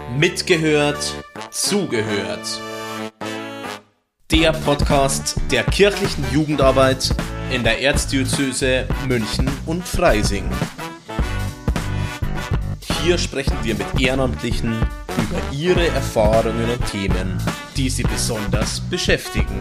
Mitgehört, zugehört. Der Podcast der kirchlichen Jugendarbeit in der Erzdiözese München und Freising. Hier sprechen wir mit Ehrenamtlichen über ihre Erfahrungen und Themen, die sie besonders beschäftigen.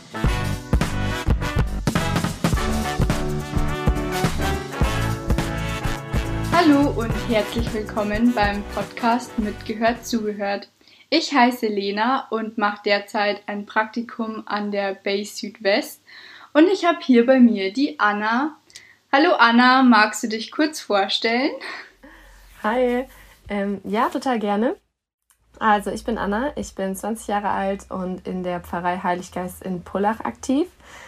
Hallo und herzlich willkommen beim Podcast Mitgehört, zugehört. Ich heiße Lena und mache derzeit ein Praktikum an der Base Südwest und ich habe hier bei mir die Anna. Hallo Anna, magst du dich kurz vorstellen? Hi, ja, total gerne. Also ich bin Anna, ich bin 20 Jahre alt und in der Pfarrei Heiliggeist in Pullach aktiv.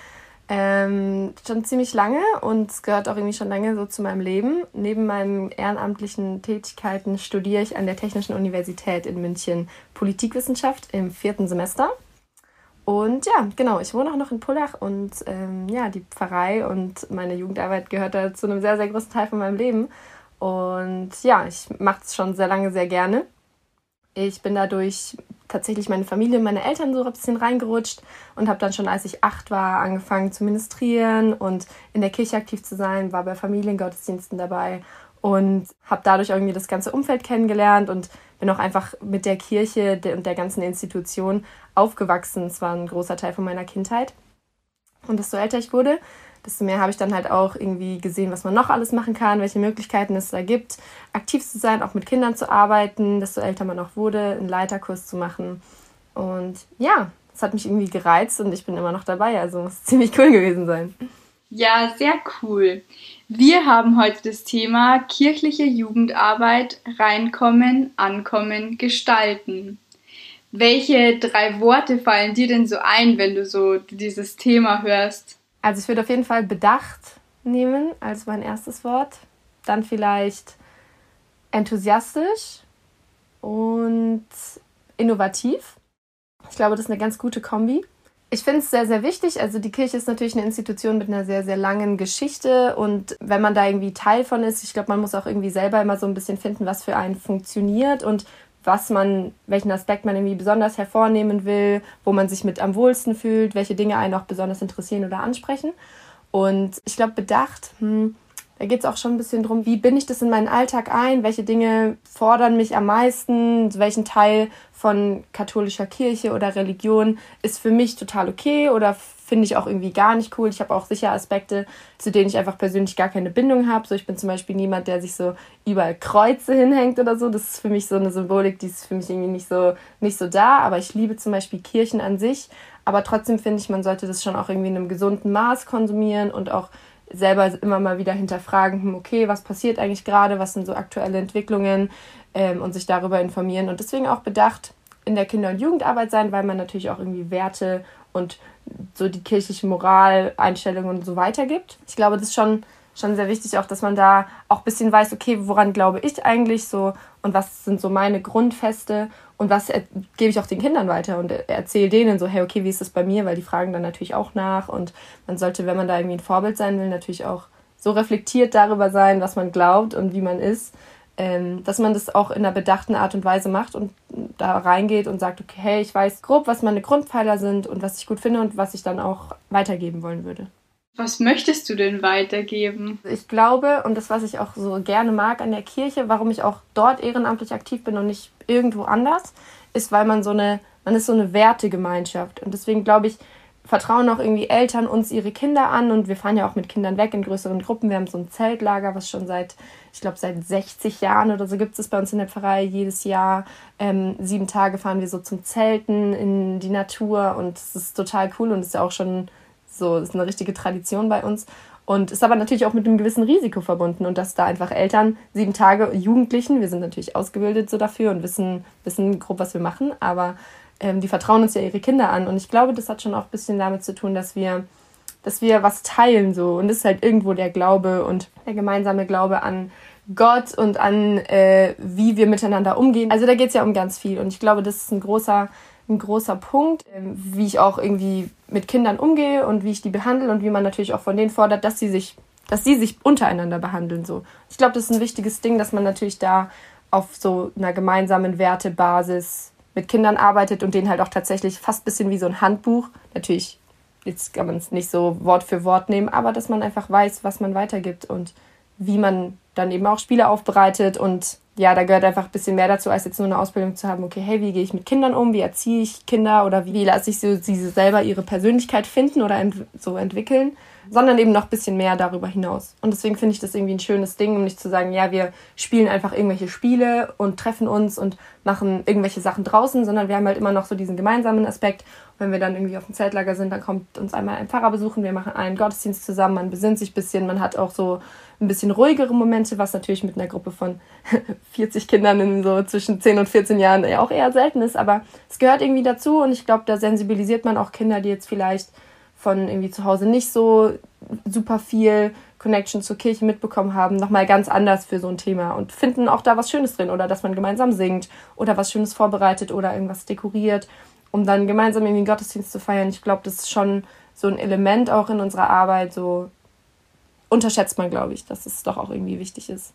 Schon ziemlich lange und es gehört auch irgendwie schon lange so zu meinem Leben. Neben meinen ehrenamtlichen Tätigkeiten studiere ich an der Technischen Universität in München Politikwissenschaft im 4. Semester. Und ja, genau, ich wohne auch noch in Pullach und die Pfarrei und meine Jugendarbeit gehört da zu einem sehr, sehr großen Teil von meinem Leben. Und ja, ich mache es schon sehr lange, sehr gerne. Ich bin dadurch tatsächlich meine Familie und meine Eltern so ein bisschen reingerutscht und habe dann schon, als ich 8 war, angefangen zu ministrieren und in der Kirche aktiv zu sein, war bei Familiengottesdiensten dabei und habe dadurch irgendwie das ganze Umfeld kennengelernt und bin auch einfach mit der Kirche und der ganzen Institution aufgewachsen. Es war ein großer Teil von meiner Kindheit. Und desto älter ich wurde, desto mehr habe ich dann halt auch irgendwie gesehen, was man noch alles machen kann, welche Möglichkeiten es da gibt, aktiv zu sein, auch mit Kindern zu arbeiten, desto älter man auch wurde, einen Leiterkurs zu machen. Und ja, das hat mich irgendwie gereizt und ich bin immer noch dabei, also muss ziemlich cool gewesen sein. Ja, sehr cool. Wir haben heute das Thema kirchliche Jugendarbeit, reinkommen, ankommen, gestalten. Welche 3 Worte fallen dir denn so ein, wenn du so dieses Thema hörst? Also ich würde auf jeden Fall Bedacht nehmen als mein erstes Wort. Dann vielleicht enthusiastisch und innovativ. Ich glaube, das ist eine ganz gute Kombi. Ich finde es sehr, sehr wichtig. Also die Kirche ist natürlich eine Institution mit einer sehr, sehr langen Geschichte. Und wenn man da irgendwie Teil von ist, ich glaube, man muss auch irgendwie selber immer so ein bisschen finden, was für einen funktioniert und welchen Aspekt man irgendwie besonders hervornehmen will, wo man sich mit am wohlsten fühlt, welche Dinge einen auch besonders interessieren oder ansprechen. Und ich glaube, Bedacht, da geht es auch schon ein bisschen drum, wie binde ich das in meinen Alltag ein, welche Dinge fordern mich am meisten, welchen Teil von katholischer Kirche oder Religion ist für mich total okay oder finde ich auch irgendwie gar nicht cool. Ich habe auch sicher Aspekte, zu denen ich einfach persönlich gar keine Bindung habe. So, ich bin zum Beispiel niemand, der sich so überall Kreuze hinhängt oder so. Das ist für mich so eine Symbolik, die ist für mich irgendwie nicht so da. Aber ich liebe zum Beispiel Kirchen an sich. Aber trotzdem finde ich, man sollte das schon auch irgendwie in einem gesunden Maß konsumieren und auch selber immer mal wieder hinterfragen, okay, was passiert eigentlich gerade, was sind so aktuelle Entwicklungen und sich darüber informieren. Und deswegen auch Bedacht in der Kinder- und Jugendarbeit sein, weil man natürlich auch irgendwie Werte und so die kirchliche Moral, Einstellungen und so weiter gibt. Ich glaube, das ist schon sehr wichtig auch, dass man da auch ein bisschen weiß, okay, woran glaube ich eigentlich so und was sind so meine Grundfeste und was gebe ich auch den Kindern weiter und erzähle denen so, hey, okay, wie ist das bei mir? Weil die fragen dann natürlich auch nach und man sollte, wenn man da irgendwie ein Vorbild sein will, natürlich auch so reflektiert darüber sein, was man glaubt und wie man ist, dass man das auch in einer bedachten Art und Weise macht und da reingeht und sagt, okay, hey, ich weiß grob, was meine Grundpfeiler sind und was ich gut finde und was ich dann auch weitergeben wollen würde. Was möchtest du denn weitergeben? Ich glaube, und das, was ich auch so gerne mag an der Kirche, warum ich auch dort ehrenamtlich aktiv bin und nicht irgendwo anders, ist, weil man ist so eine Wertegemeinschaft. Und deswegen glaube ich, vertrauen auch irgendwie Eltern uns ihre Kinder an und wir fahren ja auch mit Kindern weg in größeren Gruppen. Wir haben so ein Zeltlager, was schon seit 60 Jahren oder so gibt es bei uns in der Pfarrei jedes Jahr. 7 Tage fahren wir so zum Zelten in die Natur und es ist total cool und ist ja auch schon so, ist eine richtige Tradition bei uns. Und ist aber natürlich auch mit einem gewissen Risiko verbunden und dass da einfach Eltern 7 Tage Jugendlichen, wir sind natürlich ausgebildet so dafür und wissen grob, was wir machen, aber die vertrauen uns ja ihre Kinder an und ich glaube, das hat schon auch ein bisschen damit zu tun, dass wir was teilen so und das ist halt irgendwo der Glaube und der gemeinsame Glaube an Gott und an wie wir miteinander umgehen. Also da geht es ja um ganz viel und ich glaube, das ist ein großer Punkt, wie ich auch irgendwie mit Kindern umgehe und wie ich die behandle und wie man natürlich auch von denen fordert, dass sie sich untereinander behandeln so. Ich glaube, das ist ein wichtiges Ding, dass man natürlich da auf so einer gemeinsamen Wertebasis mit Kindern arbeitet und denen halt auch tatsächlich fast ein bisschen wie so ein Handbuch, natürlich, jetzt kann man es nicht so Wort für Wort nehmen, aber dass man einfach weiß, was man weitergibt und wie man dann eben auch Spiele aufbereitet. Und ja, da gehört einfach ein bisschen mehr dazu, als jetzt nur eine Ausbildung zu haben, okay, hey, wie gehe ich mit Kindern um, wie erziehe ich Kinder oder wie lasse ich sie selber ihre Persönlichkeit finden oder so entwickeln, sondern eben noch ein bisschen mehr darüber hinaus. Und deswegen finde ich das irgendwie ein schönes Ding, um nicht zu sagen, ja, wir spielen einfach irgendwelche Spiele und treffen uns und machen irgendwelche Sachen draußen, sondern wir haben halt immer noch so diesen gemeinsamen Aspekt. Und wenn wir dann irgendwie auf dem Zeltlager sind, dann kommt uns einmal ein Pfarrer besuchen, wir machen einen Gottesdienst zusammen, man besinnt sich ein bisschen, man hat auch so ein bisschen ruhigere Momente, was natürlich mit einer Gruppe von 40 Kindern in so zwischen 10 und 14 Jahren ja auch eher selten ist, aber es gehört irgendwie dazu und ich glaube, da sensibilisiert man auch Kinder, die jetzt vielleicht von irgendwie zu Hause nicht so super viel Connection zur Kirche mitbekommen haben, nochmal ganz anders für so ein Thema und finden auch da was Schönes drin oder dass man gemeinsam singt oder was Schönes vorbereitet oder irgendwas dekoriert, um dann gemeinsam irgendwie einen Gottesdienst zu feiern. Ich glaube, das ist schon so ein Element auch in unserer Arbeit, so unterschätzt man, glaube ich, dass es doch auch irgendwie wichtig ist.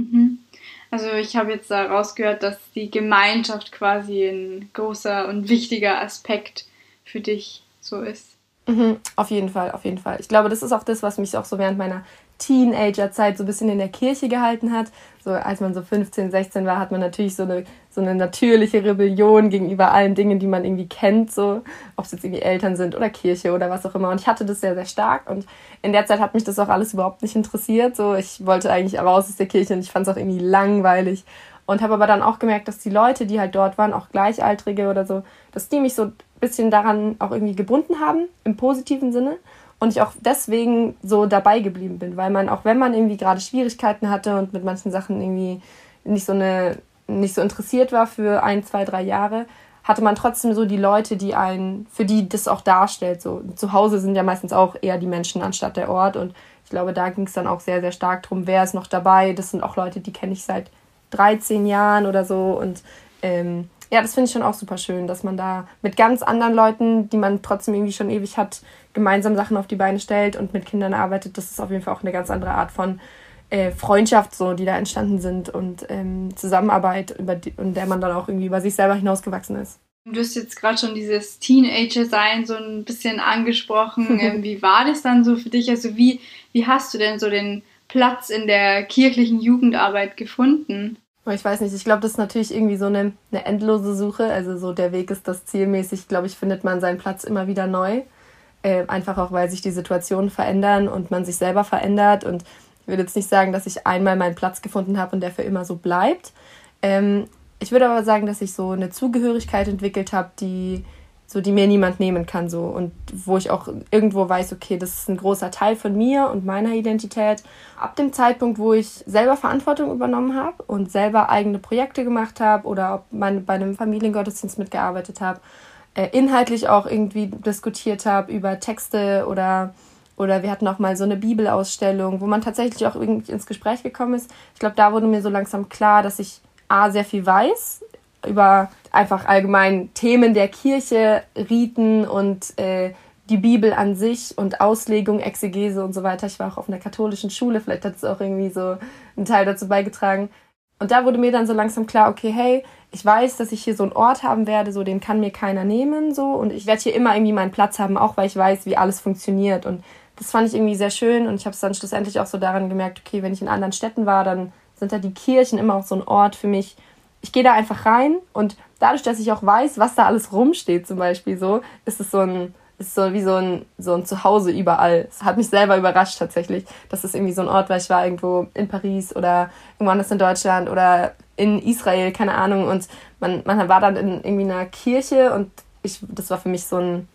Also ich habe jetzt da rausgehört, dass die Gemeinschaft quasi ein großer und wichtiger Aspekt für dich so ist. Auf jeden Fall, auf jeden Fall. Ich glaube, das ist auch das, was mich auch so während meiner Teenagerzeit so ein bisschen in der Kirche gehalten hat. So als man so 15, 16 war, hat man natürlich so eine natürliche Rebellion gegenüber allen Dingen, die man irgendwie kennt, so ob es jetzt irgendwie Eltern sind oder Kirche oder was auch immer. Und ich hatte das sehr, sehr stark und in der Zeit hat mich das auch alles überhaupt nicht interessiert. So, ich wollte eigentlich raus aus der Kirche und ich fand es auch irgendwie langweilig. Und habe aber dann auch gemerkt, dass die Leute, die halt dort waren, auch Gleichaltrige oder so, dass die mich so ein bisschen daran auch irgendwie gebunden haben, im positiven Sinne. Und ich auch deswegen so dabei geblieben bin, weil man, auch wenn man irgendwie gerade Schwierigkeiten hatte und mit manchen Sachen irgendwie nicht so interessiert war für 1, 2, 3 Jahre, hatte man trotzdem so die Leute, für die das auch darstellt. So zu Hause sind ja meistens auch eher die Menschen anstatt der Ort. Und ich glaube, da ging es dann auch sehr, sehr stark drum, wer ist noch dabei. Das sind auch Leute, die kenne ich seit 13 Jahren oder so. Und ja, das finde ich schon auch super schön, dass man da mit ganz anderen Leuten, die man trotzdem irgendwie schon ewig hat, gemeinsam Sachen auf die Beine stellt und mit Kindern arbeitet. Das ist auf jeden Fall auch eine ganz andere Art von Freundschaft, so, die da entstanden sind und Zusammenarbeit, in der man dann auch irgendwie über sich selber hinausgewachsen ist. Du hast jetzt gerade schon dieses Teenager-Sein so ein bisschen angesprochen. Wie war das dann so für dich? Also wie hast du denn so den Platz in der kirchlichen Jugendarbeit gefunden? Ich weiß nicht, ich glaube, das ist natürlich irgendwie so eine endlose Suche. Also so der Weg ist das zielmäßig, glaube ich, findet man seinen Platz immer wieder neu. Einfach auch, weil sich die Situationen verändern und man sich selber verändert. Und ich würde jetzt nicht sagen, dass ich einmal meinen Platz gefunden habe und der für immer so bleibt. Ich würde aber sagen, dass ich so eine Zugehörigkeit entwickelt habe, die mir niemand nehmen kann, so, und wo ich auch irgendwo weiß, okay, das ist ein großer Teil von mir und meiner Identität. Ab dem Zeitpunkt, wo ich selber Verantwortung übernommen habe und selber eigene Projekte gemacht habe oder bei einem Familiengottesdienst mitgearbeitet habe, inhaltlich auch irgendwie diskutiert habe über Texte oder wir hatten auch mal so eine Bibelausstellung, wo man tatsächlich auch irgendwie ins Gespräch gekommen ist. Ich glaube, da wurde mir so langsam klar, dass ich sehr viel weiß über einfach allgemein Themen der Kirche, Riten und die Bibel an sich und Auslegung, Exegese und so weiter. Ich war auch auf einer katholischen Schule, vielleicht hat es auch irgendwie so einen Teil dazu beigetragen. Und da wurde mir dann so langsam klar, okay, hey, ich weiß, dass ich hier so einen Ort haben werde, so, den kann mir keiner nehmen, so, und ich werde hier immer irgendwie meinen Platz haben, auch weil ich weiß, wie alles funktioniert. Und das fand ich irgendwie sehr schön und ich habe es dann schlussendlich auch so daran gemerkt, okay, wenn ich in anderen Städten war, dann sind da die Kirchen immer auch so ein Ort für mich. Ich gehe da einfach rein und dadurch, dass ich auch weiß, was da alles rumsteht zum Beispiel, so, ist es wie so ein Zuhause überall. Es hat mich selber überrascht tatsächlich, dass es irgendwie so ein Ort war. Ich war irgendwo in Paris oder irgendwo anders in Deutschland oder in Israel, keine Ahnung. Und man war dann in irgendwie einer Kirche und das war für mich so ein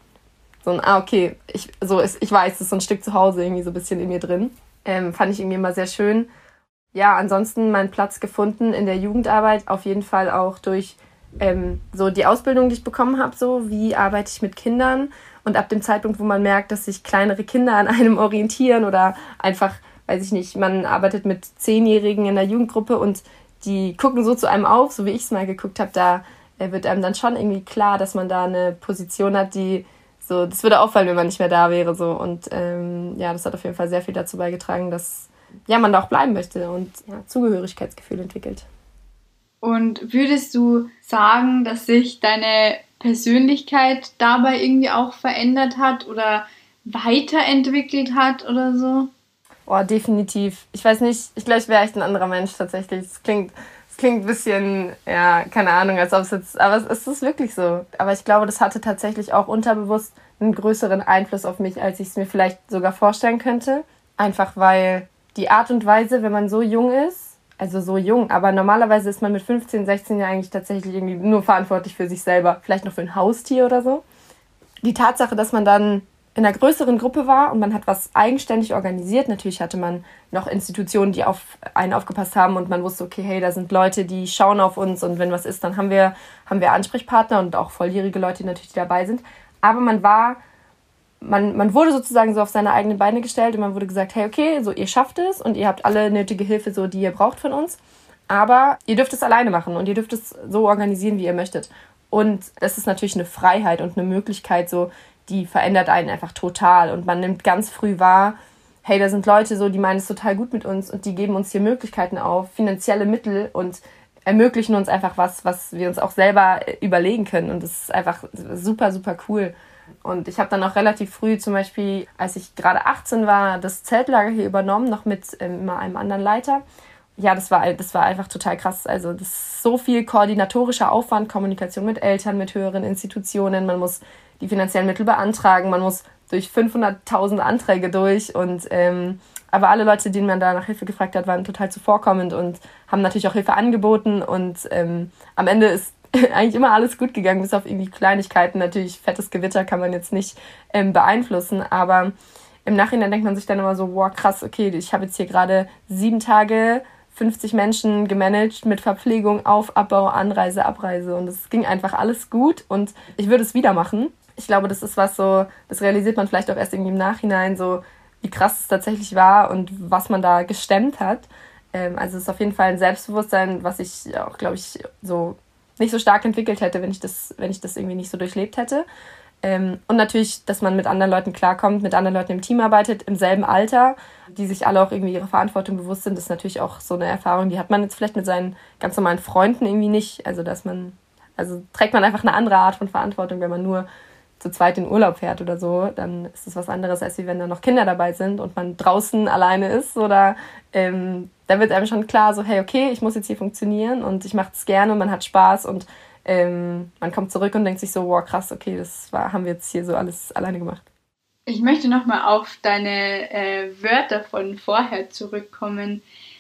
okay, ich weiß, das ist so ein Stück Zuhause irgendwie so ein bisschen in mir drin. Fand ich irgendwie immer sehr schön. Ja, ansonsten meinen Platz gefunden in der Jugendarbeit, auf jeden Fall auch durch so die Ausbildung, die ich bekommen habe, so wie arbeite ich mit Kindern. Und ab dem Zeitpunkt, wo man merkt, dass sich kleinere Kinder an einem orientieren oder einfach, weiß ich nicht, man arbeitet mit 10-Jährigen in der Jugendgruppe und die gucken so zu einem auf, so wie ich es mal geguckt habe, da wird einem dann schon irgendwie klar, dass man da eine Position hat, die so, das würde auffallen, wenn man nicht mehr da wäre, so. Und ja, das hat auf jeden Fall sehr viel dazu beigetragen, dass man da auch bleiben möchte und Zugehörigkeitsgefühl entwickelt. Und würdest du sagen, dass sich deine Persönlichkeit dabei irgendwie auch verändert hat oder weiterentwickelt hat oder so? Oh, definitiv. Ich weiß nicht, ich glaube, ich wäre echt ein anderer Mensch tatsächlich. Es klingt ein bisschen, ja, keine Ahnung, als ob es jetzt, aber es ist wirklich so. Aber ich glaube, das hatte tatsächlich auch unterbewusst einen größeren Einfluss auf mich, als ich es mir vielleicht sogar vorstellen könnte. Einfach weil die Art und Weise, wenn man so jung ist, also so jung, aber normalerweise ist man mit 15, 16 ja eigentlich tatsächlich irgendwie nur verantwortlich für sich selber, vielleicht noch für ein Haustier oder so. Die Tatsache, dass man dann in einer größeren Gruppe war und man hat was eigenständig organisiert. Natürlich hatte man noch Institutionen, die auf einen aufgepasst haben und man wusste, okay, hey, da sind Leute, die schauen auf uns und wenn was ist, dann haben wir Ansprechpartner und auch volljährige Leute natürlich, die dabei sind. Aber man wurde sozusagen so auf seine eigenen Beine gestellt und man wurde gesagt, hey, okay, so ihr schafft es und ihr habt alle nötige Hilfe, so die ihr braucht von uns. Aber ihr dürft es alleine machen und ihr dürft es so organisieren, wie ihr möchtet. Und das ist natürlich eine Freiheit und eine Möglichkeit, so die verändert einen einfach total. Und man nimmt ganz früh wahr, hey, da sind Leute so, die meinen es total gut mit uns und die geben uns hier Möglichkeiten auf, finanzielle Mittel und ermöglichen uns einfach was wir uns auch selber überlegen können. Und das ist einfach super, super cool. Und ich habe dann auch relativ früh zum Beispiel, als ich gerade 18 war, das Zeltlager hier übernommen, noch mit immer einem anderen Leiter. Ja, das war einfach total krass. Also das ist so viel koordinatorischer Aufwand, Kommunikation mit Eltern, mit höheren Institutionen. Man muss die finanziellen Mittel beantragen, man muss durch 500.000 Anträge durch. Und aber alle Leute, denen man da nach Hilfe gefragt hat, waren total zuvorkommend und haben natürlich auch Hilfe angeboten. Und am Ende ist eigentlich immer alles gut gegangen, bis auf irgendwie Kleinigkeiten. Natürlich, fettes Gewitter kann man jetzt nicht beeinflussen, aber im Nachhinein denkt man sich dann immer so, wow, krass, okay, ich habe jetzt hier gerade 7 Tage 50 Menschen gemanagt mit Verpflegung, Auf-, Abbau, Anreise, Abreise und es ging einfach alles gut und ich würde es wieder machen. Ich glaube, das ist was so, das realisiert man vielleicht auch erst irgendwie im Nachhinein, so wie krass es tatsächlich war und was man da gestemmt hat. Also es ist auf jeden Fall ein Selbstbewusstsein, was ich auch, glaube ich, so nicht so stark entwickelt hätte, wenn ich das irgendwie nicht so durchlebt hätte. Und natürlich, dass man mit anderen Leuten klarkommt, mit anderen Leuten im Team arbeitet, im selben Alter, die sich alle auch irgendwie ihrer Verantwortung bewusst sind, ist natürlich auch so eine Erfahrung, die hat man jetzt vielleicht mit seinen ganz normalen Freunden irgendwie nicht. Also trägt man einfach eine andere Art von Verantwortung, wenn man nur zu zweit in Urlaub fährt oder so, dann ist es was anderes, als wenn da noch Kinder dabei sind und man draußen alleine ist oder da wird einem schon klar, so hey, okay, ich muss jetzt hier funktionieren und ich mache es gerne und man hat Spaß und man kommt zurück und denkt sich so, wow, krass, okay, haben wir jetzt hier so alles alleine gemacht. Ich möchte nochmal auf deine Wörter von vorher zurückkommen.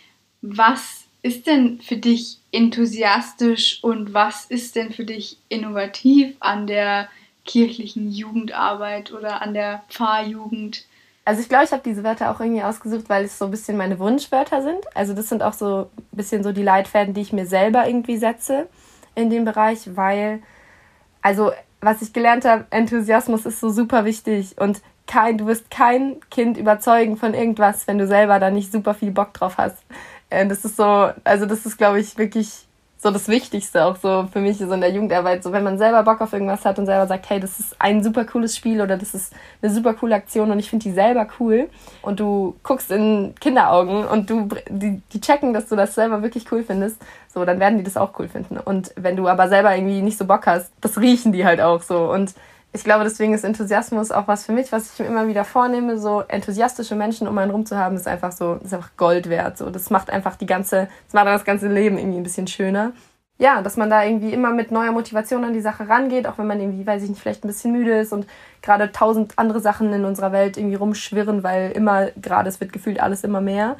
Was ist denn für dich enthusiastisch und was ist denn für dich innovativ an der kirchlichen Jugendarbeit oder an der Pfarrjugend? Also ich glaube, ich habe diese Wörter auch irgendwie ausgesucht, weil es so ein bisschen meine Wunschwörter sind. Also das sind auch so ein bisschen so die Leitfäden, die ich mir selber irgendwie setze in dem Bereich, weil, also was ich gelernt habe, Enthusiasmus ist so super wichtig und du wirst kein Kind überzeugen von irgendwas, wenn du selber da nicht super viel Bock drauf hast. Das ist so, also das ist, glaube ich, wirklich so das Wichtigste auch so für mich so in der Jugendarbeit. So, wenn man selber Bock auf irgendwas hat und selber sagt, hey, das ist ein super cooles Spiel oder das ist eine super coole Aktion und ich finde die selber cool und du guckst in Kinderaugen und die checken, dass du das selber wirklich cool findest, so, dann werden die das auch cool finden. Und wenn du aber selber irgendwie nicht so Bock hast, das riechen die halt auch so. Und ich glaube, deswegen ist Enthusiasmus auch was für mich, was ich mir immer wieder vornehme, so enthusiastische Menschen um einen rum zu haben, ist einfach Gold wert. So, das macht einfach das macht das ganze Leben irgendwie ein bisschen schöner. Ja, dass man da irgendwie immer mit neuer Motivation an die Sache rangeht, auch wenn man irgendwie, weiß ich nicht, vielleicht ein bisschen müde ist und gerade 1000 andere Sachen in unserer Welt irgendwie rumschwirren, weil es wird gefühlt alles immer mehr.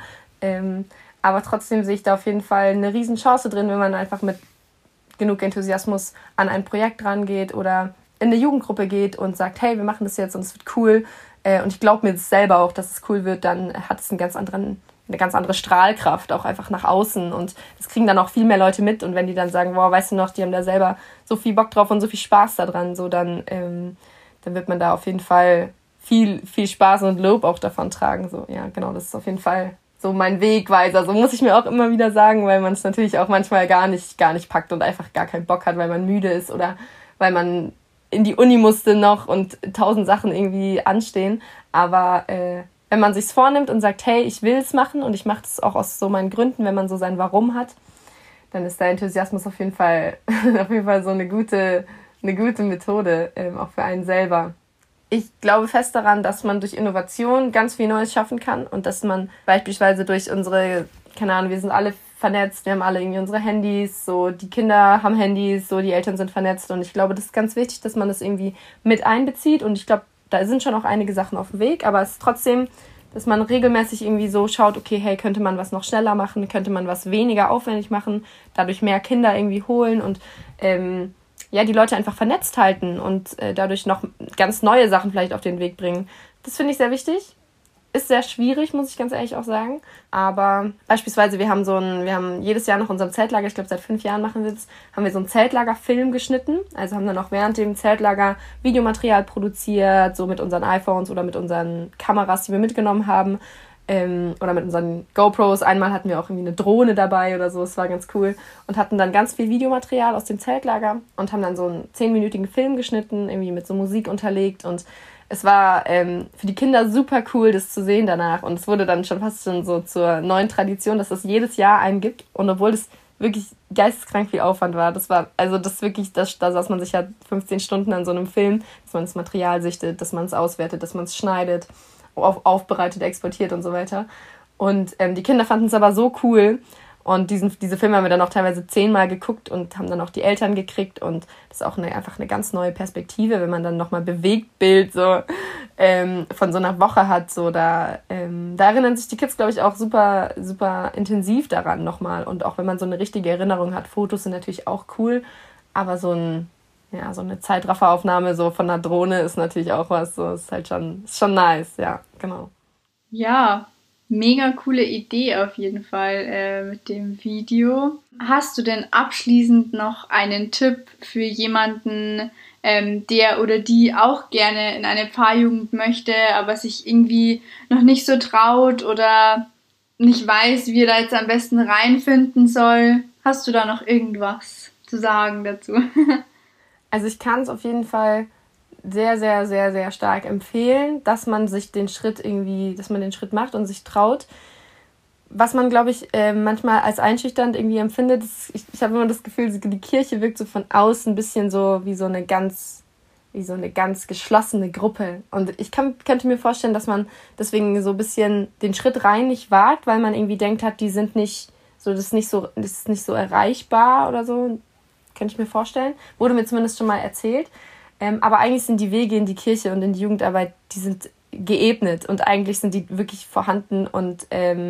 Aber trotzdem sehe ich da auf jeden Fall eine riesen Chance drin, wenn man einfach mit genug Enthusiasmus an ein Projekt rangeht oder in eine Jugendgruppe geht und sagt, hey, wir machen das jetzt und es wird cool und ich glaube mir das selber auch, dass es cool wird, dann hat es eine ganz andere Strahlkraft auch einfach nach außen und das kriegen dann auch viel mehr Leute mit und wenn die dann sagen, wow, weißt du noch, die haben da selber so viel Bock drauf und so viel Spaß daran, so dann wird man da auf jeden Fall viel, viel Spaß und Lob auch davon tragen, so, ja, genau, das ist auf jeden Fall so mein Wegweiser, so muss ich mir auch immer wieder sagen, weil man es natürlich auch manchmal gar nicht packt und einfach gar keinen Bock hat, weil man müde ist oder weil man in die Uni musste noch und 1000 Sachen irgendwie anstehen. Aber wenn man sich's vornimmt und sagt, hey, ich will es machen und ich mache es auch aus so meinen Gründen, wenn man so sein Warum hat, dann ist der Enthusiasmus auf jeden Fall so eine gute Methode, auch für einen selber. Ich glaube fest daran, dass man durch Innovation ganz viel Neues schaffen kann und dass man beispielsweise durch unsere, keine Ahnung, wir sind alle vernetzt, wir haben alle irgendwie unsere Handys, so die Kinder haben Handys, so die Eltern sind vernetzt und ich glaube, das ist ganz wichtig, dass man das irgendwie mit einbezieht und ich glaube, da sind schon auch einige Sachen auf dem Weg, aber es ist trotzdem, dass man regelmäßig irgendwie so schaut, okay, hey, könnte man was noch schneller machen, könnte man was weniger aufwendig machen, dadurch mehr Kinder irgendwie holen und die Leute einfach vernetzt halten und dadurch noch ganz neue Sachen vielleicht auf den Weg bringen. Das finde ich sehr wichtig. Ist sehr schwierig, muss ich ganz ehrlich auch sagen. Aber beispielsweise, wir haben jedes Jahr nach unserem Zeltlager, ich glaube seit 5 Jahren machen wir das, haben wir so einen Zeltlagerfilm geschnitten. Also haben dann auch während dem Zeltlager Videomaterial produziert, so mit unseren iPhones oder mit unseren Kameras, die wir mitgenommen haben. Oder mit unseren GoPros. Einmal hatten wir auch irgendwie eine Drohne dabei oder so, es war ganz cool. Und hatten dann ganz viel Videomaterial aus dem Zeltlager und haben dann so einen 10-minütigen Film geschnitten, irgendwie mit so Musik unterlegt. Und es war für die Kinder super cool, das zu sehen danach. Und es wurde dann schon fast schon so zur neuen Tradition, dass es jedes Jahr einen gibt. Und obwohl das wirklich geisteskrank viel Aufwand war, da saß man sich ja 15 Stunden an so einem Film, dass man das Material sichtet, dass man es auswertet, dass man es schneidet, aufbereitet, exportiert und so weiter. Und die Kinder fanden es aber so cool. Und diese Filme haben wir dann auch teilweise 10-mal geguckt und haben dann auch die Eltern gekriegt. Und das ist auch einfach eine ganz neue Perspektive, wenn man dann nochmal Bewegtbild so von so einer Woche hat. So, da erinnern sich die Kids, glaube ich, auch super, super intensiv daran nochmal. Und auch wenn man so eine richtige Erinnerung hat, Fotos sind natürlich auch cool. Aber so eine Zeitrafferaufnahme so von einer Drohne ist natürlich auch was. So, ist halt schon nice, ja, genau. Ja, mega coole Idee auf jeden Fall mit dem Video. Hast du denn abschließend noch einen Tipp für jemanden, der oder die auch gerne in eine Pfarrjugend möchte, aber sich irgendwie noch nicht so traut oder nicht weiß, wie er da jetzt am besten reinfinden soll? Hast du da noch irgendwas zu sagen dazu? Also ich kann es auf jeden Fall sehr, sehr, sehr, sehr stark empfehlen, dass man den Schritt macht und sich traut. Was man, glaube ich, manchmal als einschüchternd irgendwie empfindet, ich habe immer das Gefühl, die Kirche wirkt so von außen ein bisschen so wie so eine ganz geschlossene Gruppe. Und ich könnte mir vorstellen, dass man deswegen so ein bisschen den Schritt rein nicht wagt, weil man irgendwie denkt hat, die sind nicht so, das ist nicht so erreichbar oder so. Könnte ich mir vorstellen. Wurde mir zumindest schon mal erzählt. Aber eigentlich sind die Wege in die Kirche und in die Jugendarbeit, die sind geebnet und eigentlich sind die wirklich vorhanden und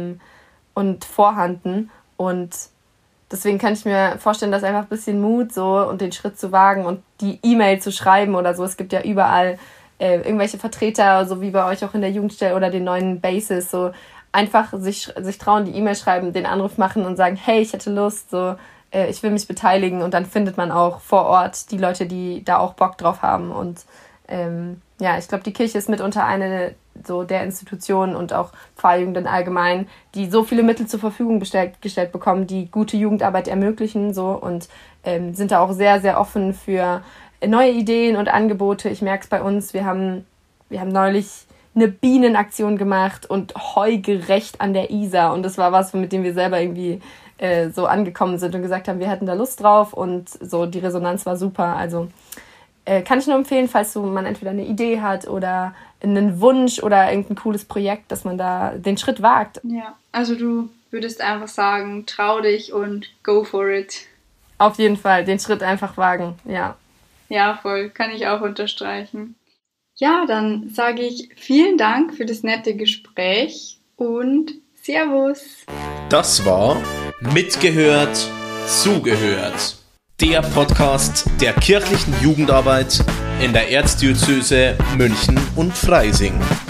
vorhanden. Und deswegen kann ich mir vorstellen, dass einfach ein bisschen Mut so und den Schritt zu wagen und die E-Mail zu schreiben oder so. Es gibt ja überall irgendwelche Vertreter, so wie bei euch auch in der Jugendstelle oder den neuen Bases, so einfach sich trauen, die E-Mail schreiben, den Anruf machen und sagen, hey, ich hätte Lust, so ich will mich beteiligen und dann findet man auch vor Ort die Leute, die da auch Bock drauf haben und ich glaube, die Kirche ist mitunter eine so der Institutionen und auch Pfarrjugenden allgemein, die so viele Mittel zur Verfügung gestellt bekommen, die gute Jugendarbeit ermöglichen so und sind da auch sehr, sehr offen für neue Ideen und Angebote. Ich merke es bei uns, wir haben neulich eine Bienenaktion gemacht und Heugerecht an der Isar und das war was, mit dem wir selber irgendwie so angekommen sind und gesagt haben, wir hätten da Lust drauf und so die Resonanz war super. Also kann ich nur empfehlen, falls man entweder eine Idee hat oder einen Wunsch oder irgendein cooles Projekt, dass man da den Schritt wagt. Ja, also du würdest einfach sagen, trau dich und go for it. Auf jeden Fall, den Schritt einfach wagen, ja. Ja, voll, kann ich auch unterstreichen. Ja, dann sage ich vielen Dank für das nette Gespräch und Servus. Das war Mitgehört, zugehört. Der Podcast der kirchlichen Jugendarbeit in der Erzdiözese München und Freising.